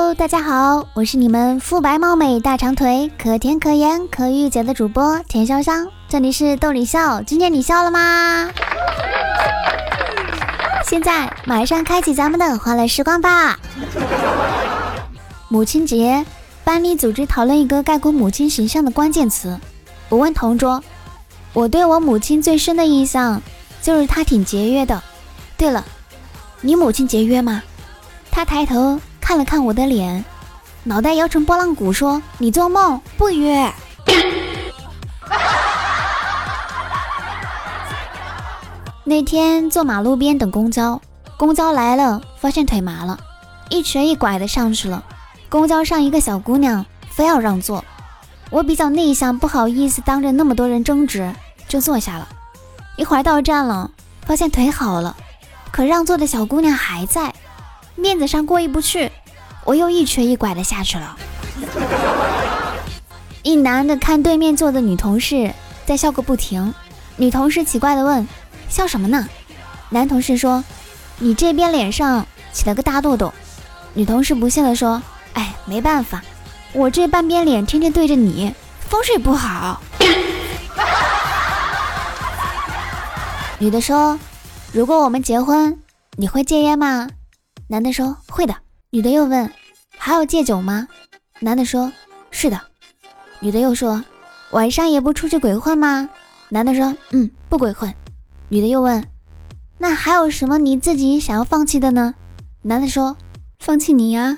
Hello， 大家好，我是你们肤白貌美大长腿可甜可盐可御姐的主播田潇湘，这里是逗你笑，今天你笑了吗？现在马上开启咱们的欢乐时光吧。母亲节，班里组织讨论一个概括母亲形象的关键词。我问同桌，我对我母亲最深的印象就是她挺节约的。对了，你母亲节约吗？她抬头看了看我的脸，脑袋摇成拨浪鼓说，你做梦，不约。那天坐马路边等公交，公交来了，发现腿麻了，一瘸一拐的上去了。公交上一个小姑娘非要让座，我比较内向，不好意思当着那么多人争执，就坐下了。一会儿到站了，发现腿好了，可让座的小姑娘还在，面子上过意不去，我又一瘸一拐的下去了。一男的看对面坐的女同事在笑个不停，女同事奇怪的问，笑什么呢？男同事说，你这边脸上起了个大痘痘。女同事不屑的说，哎，没办法，我这半边脸天天对着你，风水不好。女的说，如果我们结婚，你会戒烟吗？男的说，会的。女的又问，还要戒酒吗？男的说，是的。女的又说，晚上也不出去鬼混吗？男的说，不鬼混。女的又问，那还有什么你自己想要放弃的呢？男的说，放弃你呀。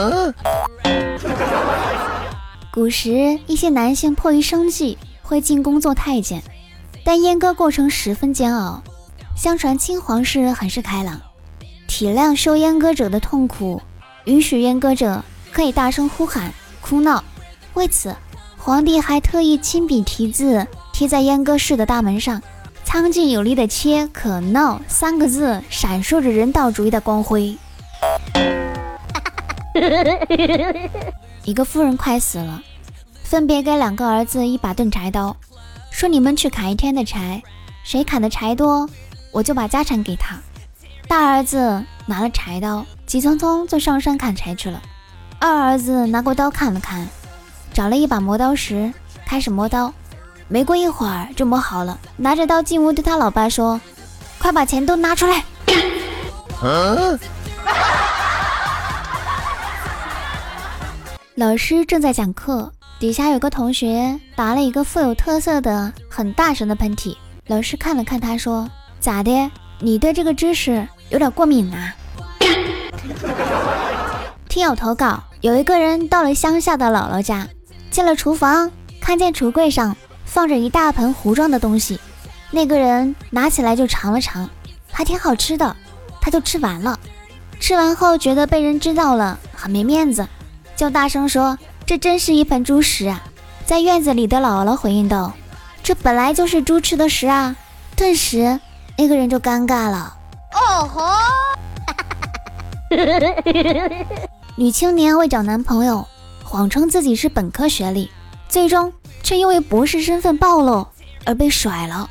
古时一些男性迫于生计会进宫做太监，但阉割过程十分煎熬。相传清皇室很是开朗，体谅受阉割者的痛苦，允许阉割者可以大声呼喊哭闹。为此，皇帝还特意亲笔题字贴在阉割室的大门上，苍劲有力的切可闹三个字闪烁着人道主义的光辉。一个妇人快死了，分别给两个儿子一把钝柴刀，说你们去砍一天的柴，谁砍的柴多，我就把家产给他。大儿子拿了柴刀，急匆匆就上山砍柴去了。二儿子拿过刀看了看，找了一把磨刀石，开始磨刀。没过一会儿就磨好了，拿着刀进屋对他老爸说，快把钱都拿出来。老师正在讲课，底下有个同学打了一个富有特色的很大声的喷嚏。老师看了看他说，咋的，你对这个知识有点过敏啊？听友投稿，有一个人到了乡下的姥姥家，进了厨房，看见橱柜上放着一大盆糊状的东西，那个人拿起来就尝了尝，还挺好吃的，他就吃完了。吃完后觉得被人知道了很没面子，就大声说，这真是一盆猪食啊。在院子里的姥姥回应道，这本来就是猪吃的食啊。顿时那个人就尴尬了。哦吼！女青年为找男朋友，谎称自己是本科学历，最终却因为博士身份暴露而被甩了。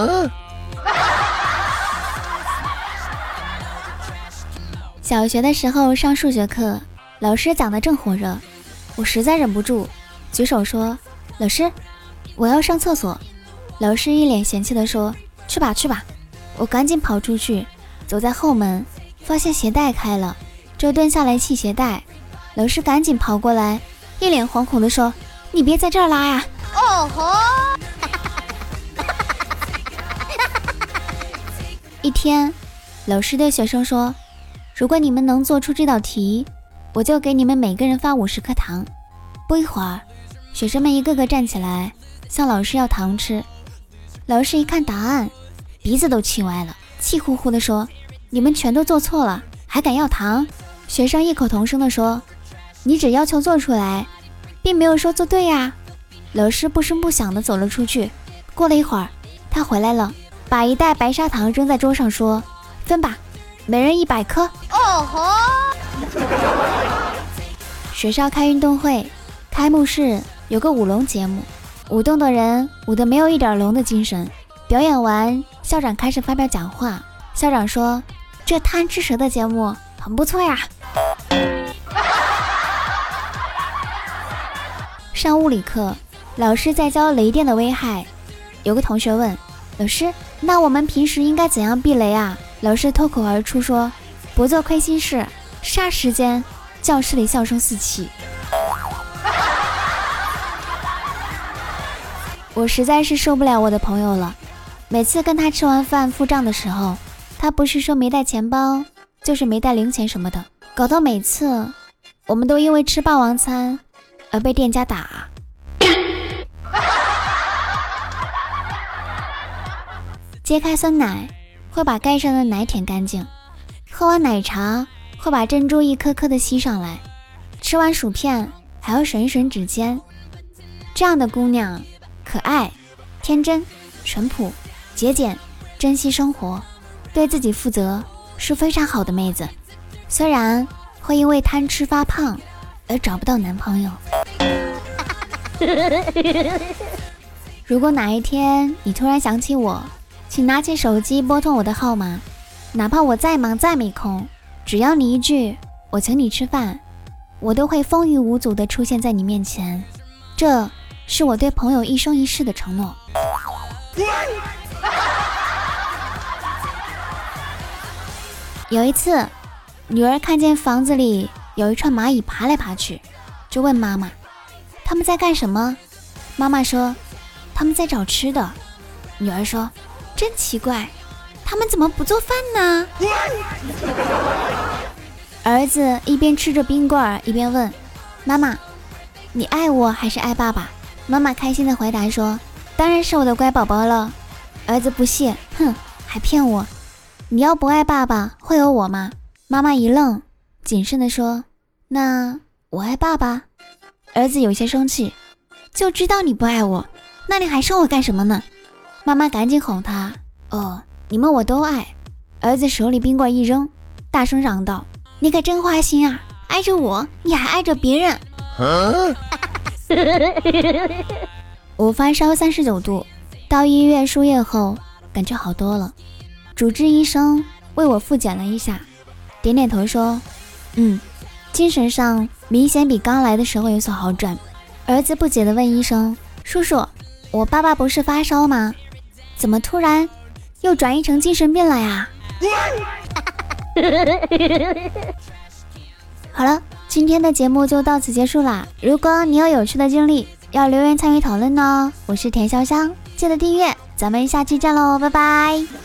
小学的时候上数学课，老师讲得正火热，我实在忍不住举手说，老师，我要上厕所。老师一脸嫌弃地说，去吧去吧。我赶紧跑出去，走在后门，发现鞋带开了，就蹲下来系鞋带。老师赶紧跑过来，一脸惶恐地说，你别在这儿拉呀。哦吼！一天，老师对学生说，如果你们能做出这道题，我就给你们每个人发50颗糖。不一会儿，学生们一个个站起来向老师要糖吃。老师一看答案，鼻子都气歪了，气呼呼地说，你们全都做错了，还敢要糖？学生异口同声地说，你只要求做出来，并没有说做对呀。老师不声不响地走了出去。过了一会儿，他回来了，把一袋白砂糖扔在桌上说，分吧，每人100颗。哦吼！学校开运动会，开幕式有个舞龙节目，舞动的人舞得没有一点龙的精神。表演完，校长开始发表讲话。校长说，这贪吃蛇的节目很不错呀。 上物理课，老师在教雷电的危害。有个同学问老师，那我们平时应该怎样避雷啊？老师脱口而出说，不做亏心事。霎时间教室里笑声四起。我实在是受不了我的朋友了，每次跟他吃完饭付账的时候，他不是说没带钱包，就是没带零钱什么的，搞到每次我们都因为吃霸王餐而被店家打。揭开酸奶会把盖上的奶舔干净，喝完奶茶会把珍珠一颗颗的吸上来，吃完薯片还要吮一吮指尖。这样的姑娘可爱、天真、淳朴、节俭，珍惜生活，对自己负责，是非常好的妹子。虽然会因为贪吃发胖而找不到男朋友。如果哪一天你突然想起我，请拿起手机拨通我的号码，哪怕我再忙再没空，只要你一句我请你吃饭，我都会风雨无阻地出现在你面前。这是我对朋友一生一世的承诺。有一次，女儿看见房子里有一串蚂蚁爬来爬去，就问妈妈，他们在干什么？妈妈说，他们在找吃的。女儿说，真奇怪，他们怎么不做饭呢？儿子一边吃着冰棍一边问，妈妈，你爱我还是爱爸爸？妈妈开心地回答说，当然是我的乖宝宝了。儿子不屑，哼，还骗我，你要不爱爸爸会有我吗？妈妈一愣，谨慎地说，那我爱爸爸。儿子有些生气，就知道你不爱我，那你还生我干什么呢？妈妈赶紧哄他，哦，你们我都爱。儿子手里冰棍一扔，大声嚷道，你可真花心啊，爱着我你还爱着别人。我发烧39度，到医院输液后感觉好多了，主治医生为我复检了一下，点点头说，精神上明显比刚来的时候有所好转。儿子不解地问医生，叔叔，我爸爸不是发烧吗？怎么突然又转移成精神病了呀？好了，今天的节目就到此结束啦。如果你有趣的经历，要留言参与讨论哦。我是田潇湘，记得订阅，咱们下期见喽，拜拜。